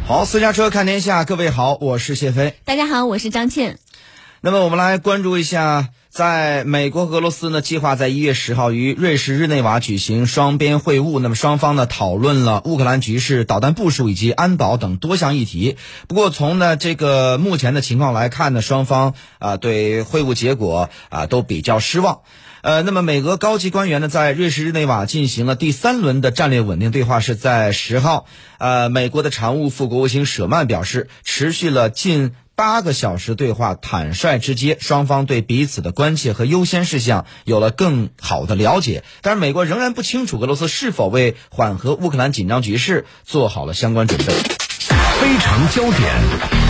好，私家车看天下，各位好，我是谢飞。 大家好，我是张倩。 那么我们来关注一下，在美国和俄罗斯呢计划在1月10号于瑞士日内瓦举行双边会晤。那么双方呢讨论了乌克兰局势、导弹部署以及安保等多项议题。不过从呢这个目前的情况来看呢，双方对会晤结果都比较失望。那么美俄高级官员呢在瑞士日内瓦进行了第3轮的战略稳定对话，是在10号。美国的常务副国务卿舍曼表示，持续了近8个小时对话坦率直接，双方对彼此的关切和优先事项有了更好的了解。但是美国仍然不清楚俄罗斯是否为缓和乌克兰紧张局势做好了相关准备。 非常焦点。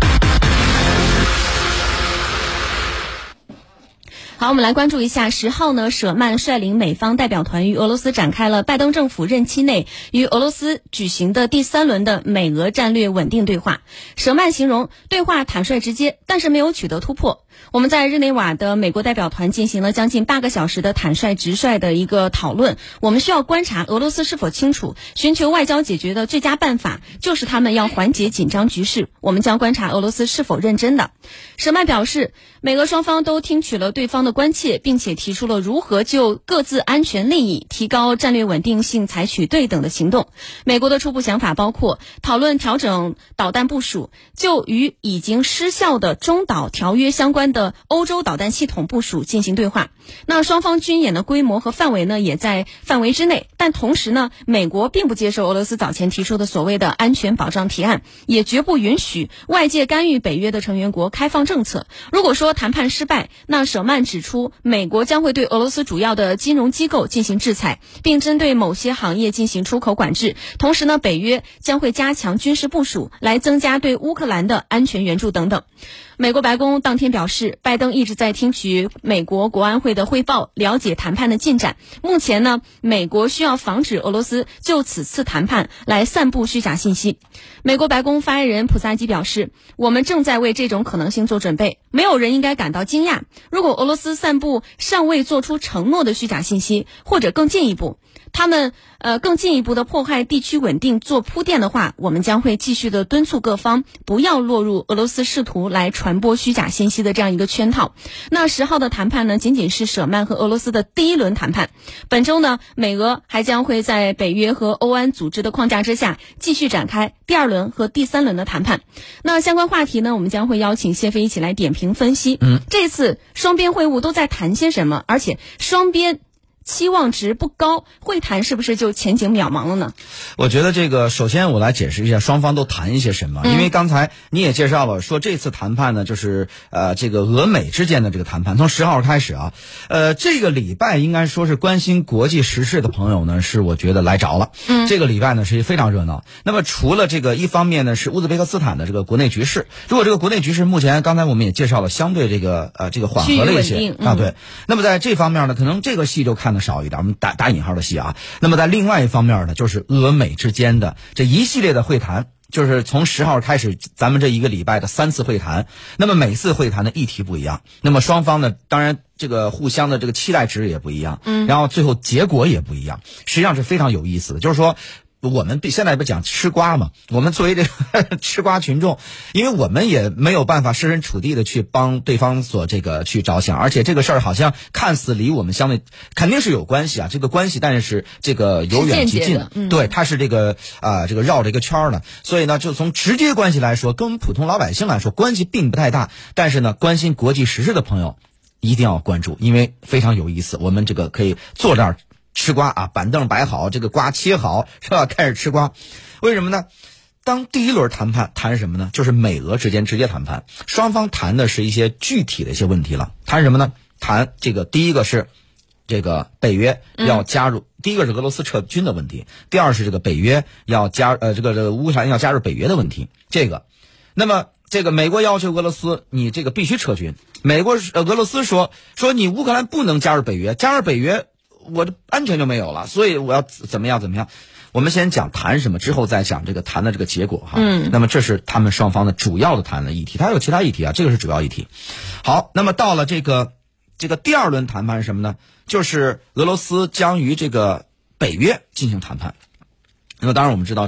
好，我们来关注一下10号呢，舍曼率领美方代表团与俄罗斯展开了拜登政府任期内与俄罗斯举行的第3轮的美俄战略稳定对话。舍曼形容对话坦率直接，但是没有取得突破。我们在日内瓦的美国代表团进行了将近8个小时的坦率直率的一个讨论。我们需要观察俄罗斯是否清楚，寻求外交解决的最佳办法就是他们要缓解紧张局势。我们将观察俄罗斯是否认真的。舍曼表示，美俄双方都听取了对方的关切，并且提出了如何就各自安全利益、提高战略稳定性采取对等的行动。美国的初步想法包括讨论调整导弹部署，就与已经失效的中导条约相关的欧洲导弹系统部署进行对话。那双方军演的规模和范围呢也在范围之内，但同时呢，美国并不接受俄罗斯早前提出的所谓的安全保障提案，也绝不允许外界干预北约的成员国开放政策。如果说谈判失败，那舍曼指出，美国将会对俄罗斯主要的金融机构进行制裁，并针对某些行业进行出口管制。同时呢，北约将会加强军事部署，来增加对乌克兰的安全援助等等。美国白宫当天表示，拜登一直在听取美国国安会的汇报，了解谈判的进展。目前呢，美国需要防止俄罗斯就此次谈判来散布虚假信息。美国白宫发言人普萨基表示，我们正在为这种可能性做准备，没有人应该感到惊讶。如果俄罗斯散布尚未做出承诺的虚假信息，或者更进一步，他们更进一步的迫害地区稳定做铺垫的话，我们将会继续的敦促各方不要落入俄罗斯试图来传播虚假信息的这样一个圈套。那10号的谈判呢，仅仅是舍曼和俄罗斯的第1轮谈判。本周呢，美俄还将会在北约和欧安组织的框架之下继续展开第2轮和第3轮的谈判。那相关话题呢，我们将会邀请谢飞一起来点评分析。这次双边会晤都在谈些什么？而且双边期望值不高，会谈是不是就前景渺茫了呢？ 我觉得这个首先我来解释一下双方都谈一些什么，因为刚才你也介绍了，说这次谈判呢就是这个俄美之间的这个谈判从10号开始啊。这个礼拜应该说是关心国际时事的朋友呢，是我觉得来着了。这个礼拜呢是非常热闹。那么除了这个一方面呢是乌兹别克斯坦的这个国内局势，如果这个国内局势目前刚才我们也介绍了相对这个缓和了一些对。那么在这方面呢，可能这个戏就看少一点，我们打引号的戏啊。那么在另外一方面呢，就是俄美之间的这一系列的会谈，就是从10号开始，咱们这一个礼拜的3次会谈。那么每次会谈的议题不一样，那么双方呢，当然这个互相的这个期待值也不一样，然后最后结果也不一样，实际上是非常有意思的。就是说，我们现在不讲吃瓜嘛？我们作为这个吃瓜群众，因为我们也没有办法设身处地的去帮对方所去着想，而且这个事儿好像看似离我们相对肯定是有关系啊，这个关系但是这个由远及近，对，它是这个绕着一个圈的，所以呢，就从直接关系来说，跟我们普通老百姓来说，关系并不太大。但是呢，关心国际时事的朋友一定要关注，因为非常有意思。我们这个可以坐这儿吃瓜啊，板凳摆好，这个瓜切好，是吧？开始吃瓜。为什么呢？当第1轮谈判谈什么呢？就是美俄之间直接谈判，双方谈的是一些具体的一些问题了。谈什么呢？谈这个第一个是这个北约要加入，第一个是俄罗斯撤军的问题，第二是这个北约要这个乌克兰要加入北约的问题。那么这个美国要求俄罗斯你这个必须撤军，俄罗斯说你乌克兰不能加入北约，加入北约我的安全就没有了，所以我要怎么样。我们先讲谈什么，之后再讲这个谈的这个结果哈。那么这是他们双方的主要的谈的议题，它有其他议题啊，这个是主要议题。好，那么到了这个第2轮谈判是什么呢？就是俄罗斯将与这个北约进行谈判。那么当然我们知道这个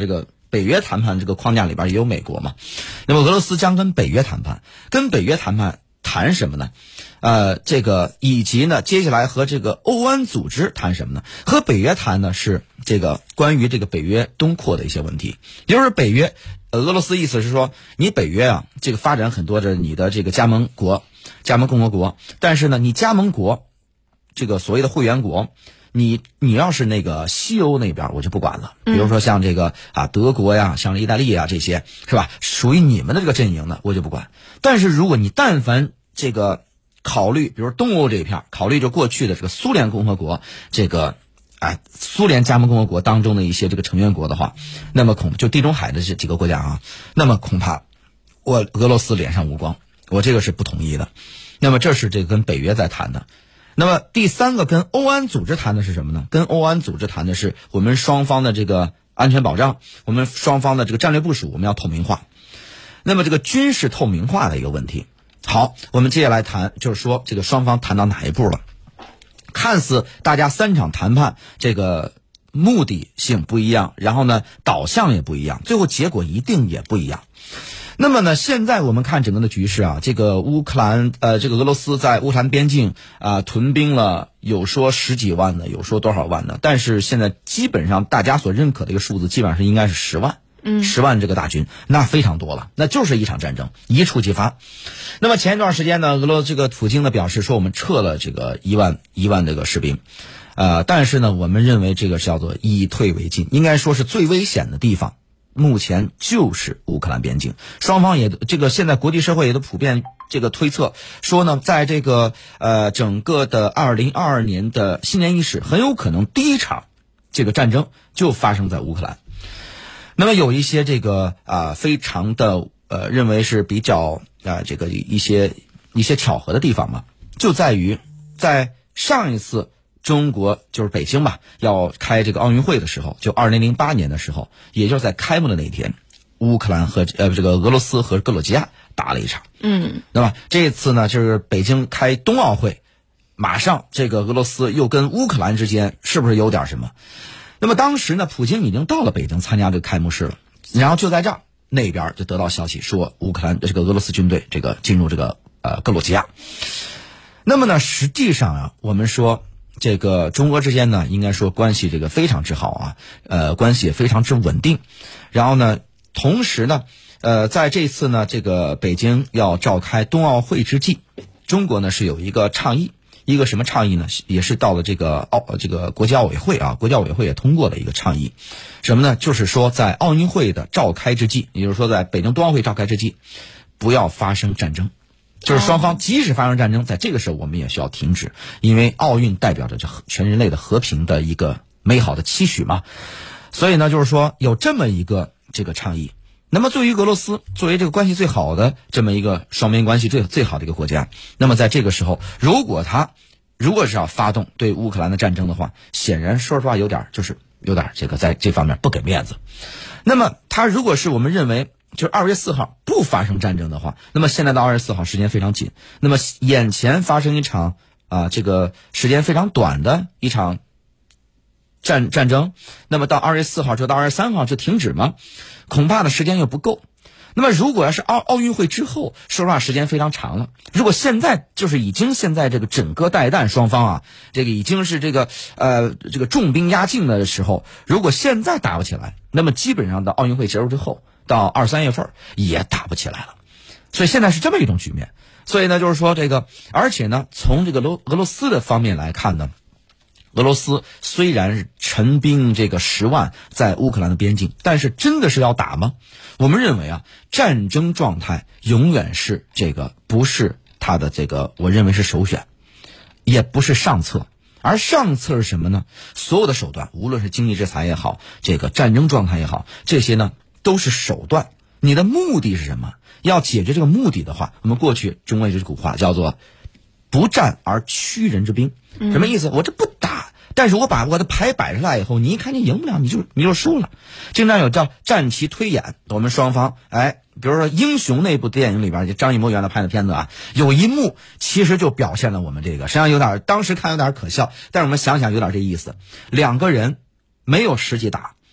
北约谈判这个框架里边也有美国嘛。那么俄罗斯将跟北约谈判，谈什么呢？这个以及呢，接下来和这个欧安组织谈什么呢？和北约谈呢是这个关于这个北约东扩的一些问题，也就是北约，俄罗斯意思是说，你北约啊，这个发展很多的你的这个加盟共和国，但是呢，你加盟国这个所谓的会员国。你要是那个西欧那边我就不管了，比如说像这个德国呀，像意大利啊这些是吧，属于你们的这个阵营的我就不管。但是如果你但凡这个考虑，比如东欧这一片，考虑着过去的这个苏联共和国这个苏联加盟共和国当中的一些这个成员国的话，那么就地中海的这几个国家啊，那么恐怕我俄罗斯脸上无光，我这个是不同意的。那么这是这个跟北约在谈的。那么第三个跟欧安组织谈的是什么呢？跟欧安组织谈的是我们双方的这个安全保障，我们双方的这个战略部署我们要透明化。那么这个军事透明化的一个问题。好，我们接下来谈，就是说这个双方谈到哪一步了？看似大家3场谈判这个目的性不一样，然后呢导向也不一样，最后结果一定也不一样。那么呢，现在我们看整个的局势啊，这个这个俄罗斯在乌克兰边境屯兵了，有说10几万的，有说多少万的，但是现在基本上大家所认可的一个数字，基本上是应该是10万，10万这个大军，那非常多了，那就是一场战争，一触即发。那么前一段时间呢，这个普京呢表示说我们撤了这个一万这个士兵，但是呢，我们认为这个是叫做以退为进，应该说是最危险的地方。目前就是乌克兰边境，双方也这个现在国际社会也都普遍这个推测说呢，在这个整个的2022年的新年伊始，很有可能第一场这个战争就发生在乌克兰。那么有一些这个非常的认为是比较这个一些巧合的地方嘛，就在于在上一次中国就是北京吧，要开这个奥运会的时候，就2008年的时候，也就是在开幕的那一天，乌克兰和这个俄罗斯和格鲁吉亚打了一场。那么这次呢，就是北京开冬奥会，马上这个俄罗斯又跟乌克兰之间是不是有点什么？那么当时呢，普京已经到了北京参加这个开幕式了，然后就在这儿那边就得到消息说乌克兰这个俄罗斯军队这个进入这个格鲁吉亚。那么呢，实际上啊，我们说。这个中俄之间呢，应该说关系这个非常之好关系也非常之稳定。然后呢，同时呢，在这次呢，这个北京要召开冬奥会之际，中国呢是有一个倡议，一个什么倡议呢？也是到了这个国际奥委会国际奥委会也通过了一个倡议，什么呢？就是说在奥运会的召开之际，也就是说在北京冬奥会召开之际，不要发生战争。就是双方即使发生战争，在这个时候我们也需要停止，因为奥运代表着全人类的和平的一个美好的期许嘛。所以呢，就是说有这么一个这个倡议。那么对于俄罗斯，作为这个关系最好的这么一个双边关系最好的一个国家，那么在这个时候，如果是要发动对乌克兰的战争的话，显然说实话有点这个在这方面不给面子。那么他如果是我们认为就是2月4号不发生战争的话，那么现在到2月4号时间非常紧，那么眼前发生一场这个时间非常短的一场战争，那么到2月4号就到2月3号就停止吗？恐怕的时间又不够。那么如果要是奥运会之后，说实话时间非常长了。如果现在就是现在这个整个带弹双方这个已经是这个重兵压境的时候，如果现在打不起来，那么基本上到奥运会结束之后，到2、3月份也打不起来了。所以现在是这么一种局面。所以呢，就是说这个，而且呢，从这个俄罗斯的方面来看呢，俄罗斯虽然是陈兵这个10万在乌克兰的边境，但是真的是要打吗？我们认为战争状态永远是这个不是他的这个，我认为是首选，也不是上策。而上策是什么呢？所有的手段，无论是经济制裁也好，这个战争状态也好，这些呢都是手段。你的目的是什么？要解决这个目的的话，我们过去中国有句古话叫做不战而屈人之兵。什么意思？我这不打，但是我把我的牌摆出来以后，你一看你赢不了，你就输了。经常有叫战棋推演，我们双方比如说《英雄》那部电影里边，就张艺谋原来拍的片子有一幕其实就表现了我们这个，实际上当时看有点可笑，但是我们想想有点这意思。两个人没有实际打，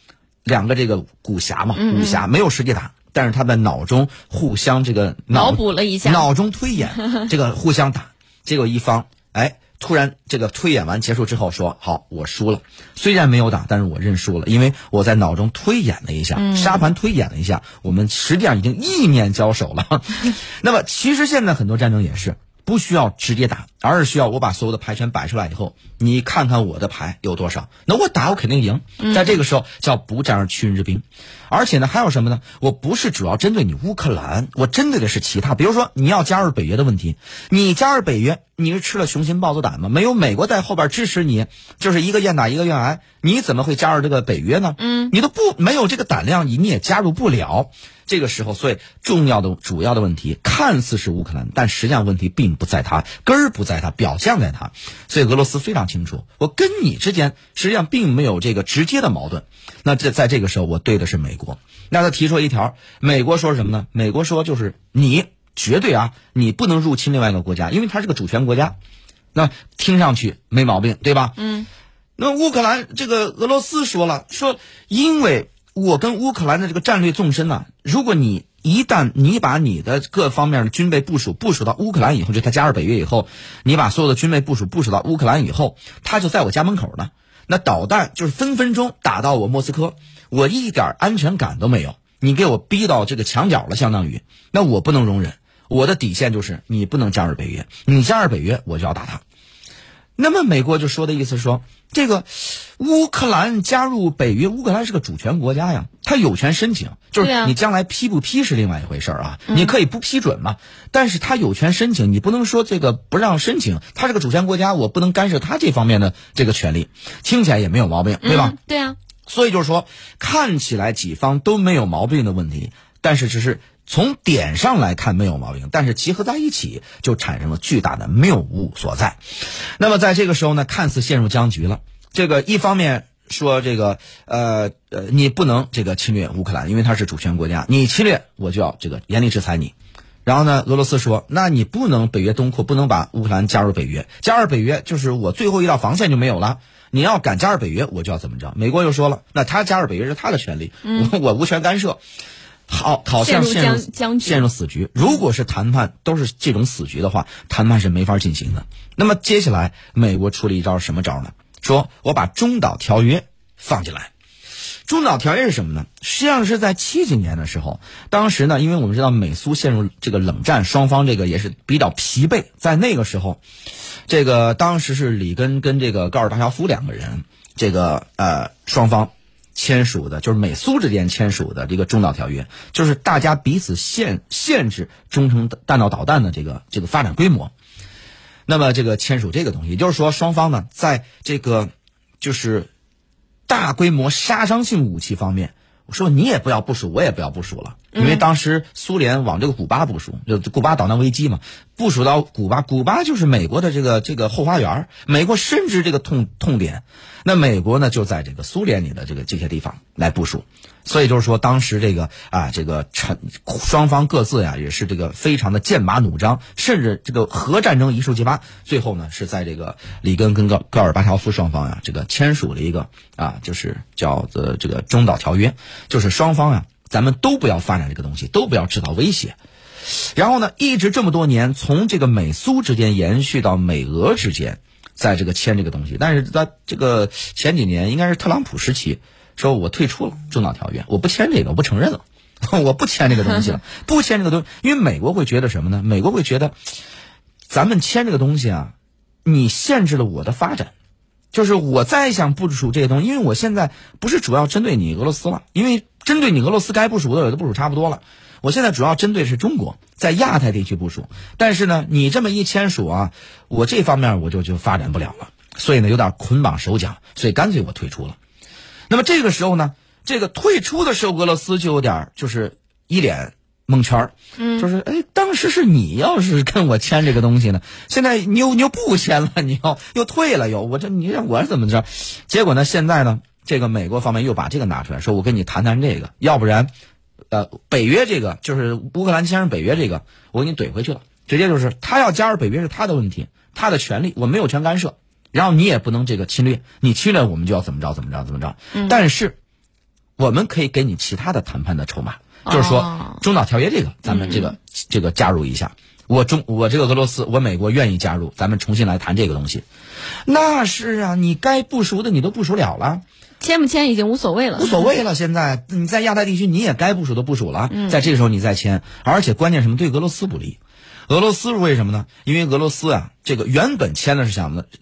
两个这个股侠嘛，武侠没有实际打，但是他在脑中互相这个脑补了一下， 脑中推演这个互相打，结果一方突然这个推演完结束之后说好，我输了，虽然没有打，但是我认输了，因为我在脑中推演了一下，沙盘推演了一下，我们实际上已经意面交手了。那么其实现在很多战争也是不需要直接打，而是需要我把所有的牌全摆出来以后，你看看我的牌有多少，那我打我肯定赢，在这个时候叫不战而屈人之兵。而且呢还有什么呢，我不是主要针对你乌克兰，我针对的是其他，比如说你要加入北约的问题，你加入北约你是吃了雄心豹子胆吗？没有美国在后边支持你，就是一个愿打一个愿挨，你怎么会加入这个北约呢？你都没有这个胆量，你也加入不了。这个时候，所以主要的问题看似是乌克兰，但实际上问题并不在它，根儿不在它，表象在它。所以俄罗斯非常清楚，我跟你之间实际上并没有这个直接的矛盾。那在这个时候，我对的是美国。那他提出一条，美国说什么呢？美国说就是你绝对你不能入侵另外一个国家，因为它是个主权国家。那听上去没毛病，对吧？那乌克兰这个俄罗斯说了，说因为我跟乌克兰的这个战略纵深如果一旦你把你的各方面的军备部署到乌克兰以后，就他加入北约以后，你把所有的军备部署到乌克兰以后，他就在我家门口呢。那导弹就是分分钟打到我莫斯科，我一点安全感都没有，你给我逼到这个墙角了，相当于，那我不能容忍，我的底线就是你不能加入北约，你加入北约我就要打他。那么美国就说的意思说，这个乌克兰加入北约，乌克兰是个主权国家呀，他有权申请，就是你将来批不批是另外一回事你可以不批准嘛，但是他有权申请，你不能说这个不让申请，他是个主权国家，我不能干涉他这方面的这个权利，听起来也没有毛病，对吧？ 对啊。 所以就是说，看起来几方都没有毛病的问题，但是只是从点上来看没有毛病，但是集合在一起就产生了巨大的谬误所在。那么在这个时候呢，看似陷入僵局了。这个一方面说这个你不能这个侵略乌克兰，因为它是主权国家，你侵略我就要这个严厉制裁你。然后呢，俄罗斯说，那你不能北约东扩，不能把乌克兰加入北约，加入北约就是我最后一道防线就没有了。你要敢加入北约，我就要怎么着？美国又说了，那他加入北约是他的权利，我无权干涉。好像陷入死局。如果是谈判都是这种死局的话，谈判是没法进行的。那么接下来，美国出了一招什么招呢？说我把中导条约放进来。中导条约是什么呢？实际上是在70年的时候，当时呢，因为我们知道美苏陷入这个冷战，双方这个也是比较疲惫，在那个时候，这个当时是里根跟这个高尔巴乔夫两个人，这个双方签署的，就是美苏之间签署的这个中导条约，就是大家彼此限制中程弹道导弹的这个发展规模。那么这个签署这个东西，也就是说双方呢，在这个就是大规模杀伤性武器方面，我说你也不要部署，我也不要部署了，因为当时苏联往这个古巴部署，就古巴导弹危机嘛，部署到古巴就是美国的这个后花园，美国深知这个痛点，那美国呢就在这个苏联里的这些地方来部署。所以就是说，当时这个双方各自也是这个非常的剑拔弩张，甚至这个核战争一触即发。最后呢，是在这个里根跟高尔巴乔夫双方这个签署了一个就是叫做这个中导条约，就是双方咱们都不要发展这个东西，都不要制造威胁。然后呢，一直这么多年，从这个美苏之间延续到美俄之间，在这个签这个东西。但是在这个前几年，应该是特朗普时期，说我退出了中导条约，我不签这个，我不承认了，我不签这个东西了，不签这个东西，因为美国会觉得什么呢？美国会觉得，咱们签这个东西你限制了我的发展，就是我再想部署这些东西，因为我现在不是主要针对你俄罗斯了，因为针对你俄罗斯该部署的有的部署差不多了，我现在主要针对是中国，在亚太地区部署。但是呢，你这么一签署我这方面我就发展不了了，所以呢有点捆绑手脚，所以干脆我退出了。那么这个时候呢，这个退出的时候，俄罗斯就有点就是一脸蒙圈，就是当时是你要是跟我签这个东西呢，现在你又不签了，你又退了，你让我怎么着？结果呢，现在呢，这个美国方面又把这个拿出来，说我跟你谈谈这个，要不然北约这个就是乌克兰签上北约这个，我给你怼回去了，直接就是他要加入北约是他的问题，他的权利，我没有权干涉。然后你也不能这个侵略，你侵略我们就要怎么着。但是我们可以给你其他的谈判的筹码，就是说中导条约咱们这个加入一下。我这个俄罗斯，我美国愿意加入，咱们重新来谈这个东西。那是啊，你该部署的你都部署了， 签不签已经无所谓了。 无所谓了，现在你在亚太地区你也该部署的部署了，在这个时候你再签，而且关键什么，对俄罗斯不利。俄罗斯为什么呢？因为俄罗斯啊，这个原本签的是想的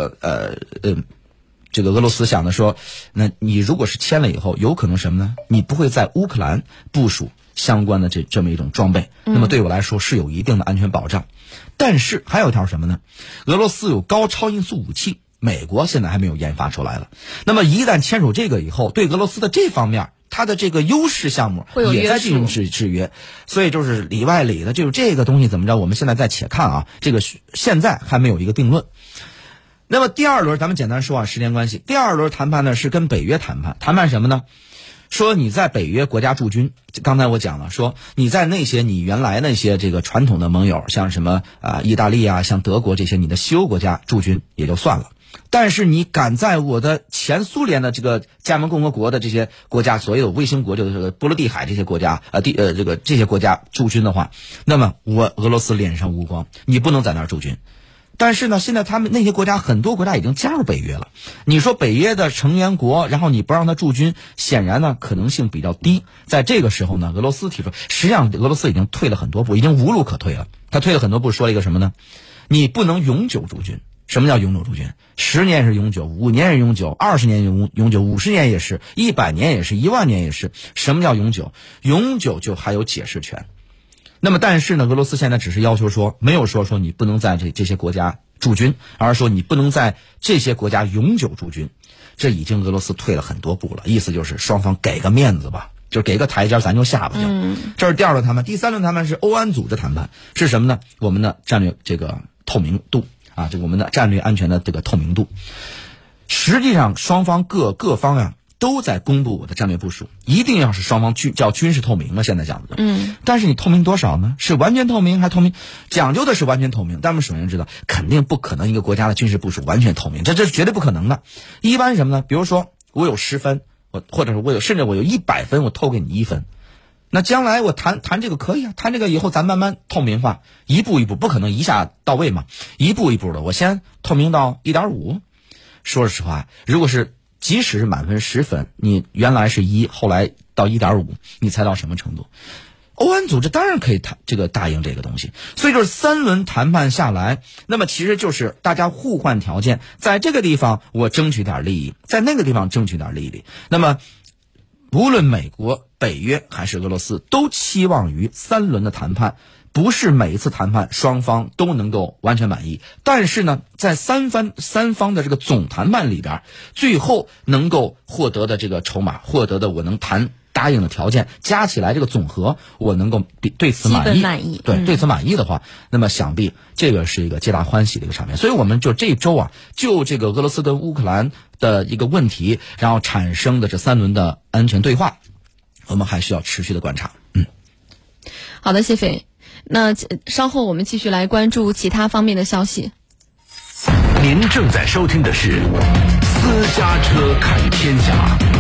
这个俄罗斯想的说，那你如果是签了以后，有可能什么呢？你不会在乌克兰部署相关的这么一种装备，那么对我来说是有一定的安全保障。但是还有一条什么呢？俄罗斯有高超音速武器，美国现在还没有研发出来了。那么一旦签署这个以后，对俄罗斯的这方面，它的这个优势项目也在进行制约，所以就是里外里的，就是这个东西怎么着，我们现在再且看啊，这个现在还没有一个定论。那么第二轮咱们简单说啊，时间关系，第二轮谈判呢是跟北约谈判什么呢？说你在北约国家驻军，刚才我讲了，说你在你原来那些这个传统的盟友，像什么意大利啊，像德国这些你的西欧国家驻军也就算了，但是你敢在我的前苏联的这个加盟共和国的这些国家，所有卫星国，就是波罗的海这些国家这些国家驻军的话，那么我俄罗斯脸上无光，你不能在那儿驻军。但是呢，现在他们那些国家，很多国家已经加入北约了。你说北约的成员国，然后你不让他驻军，显然呢可能性比较低。在这个时候呢，俄罗斯提出，实际上俄罗斯已经退了很多步，已经无路可退了。他退了很多步，说了一个什么呢？你不能永久驻军。什么叫永久驻军？10年是永久，5年是永久，20年永久，50年也是，100年也是，10000年也是。什么叫永久？永久就还有解释权。那么但是呢，俄罗斯现在只是要求说，没有说你不能在这些国家驻军，而是说你不能在这些国家永久驻军。这已经俄罗斯退了很多步了，意思就是双方给个面子吧，就给个台阶咱就下吧。这是第二轮谈判。第三轮谈判是欧安组织谈判，是什么呢？我们的战略这个透明度啊，这个我们的战略安全的这个透明度。实际上双方各方啊都在公布我的战略部署，一定要是双方叫军事透明了，现在讲的。但是你透明多少呢？是完全透明还透明？讲究的是完全透明，但我们首先知道，肯定不可能一个国家的军事部署完全透明，这是绝对不可能的。一般什么呢？比如说我有10分，或者是甚至我有100分，我透给你1分。那将来我谈这个可以啊，谈这个以后咱慢慢透明化，一步一步，不可能一下到位嘛，一步一步的，我先透明到1.5。说实话，如果是即使是满分10分，你原来是1，后来到1.5，你才到什么程度？欧安组织当然可以答应这个东西。所以就是3轮谈判下来，那么其实就是大家互换条件，在这个地方我争取点利益，在那个地方争取点利益。那么无论美国、北约还是俄罗斯，都期望于3轮的谈判。不是每一次谈判双方都能够完全满意，但是呢，在三方的这个总谈判里边，最后能够获得的这个筹码，获得的我能答应的条件，加起来这个总和，我能够对此满意。 基本满意。 对此满意的话，那么想必这个是一个皆大欢喜的一个场面。所以我们就这周啊，就这个俄罗斯跟乌克兰的一个问题，然后产生的这3轮的安全对话，我们还需要持续的观察。 好的，谢飞。那稍后我们继续来关注其他方面的消息。 您正在收听的是私家车看天下。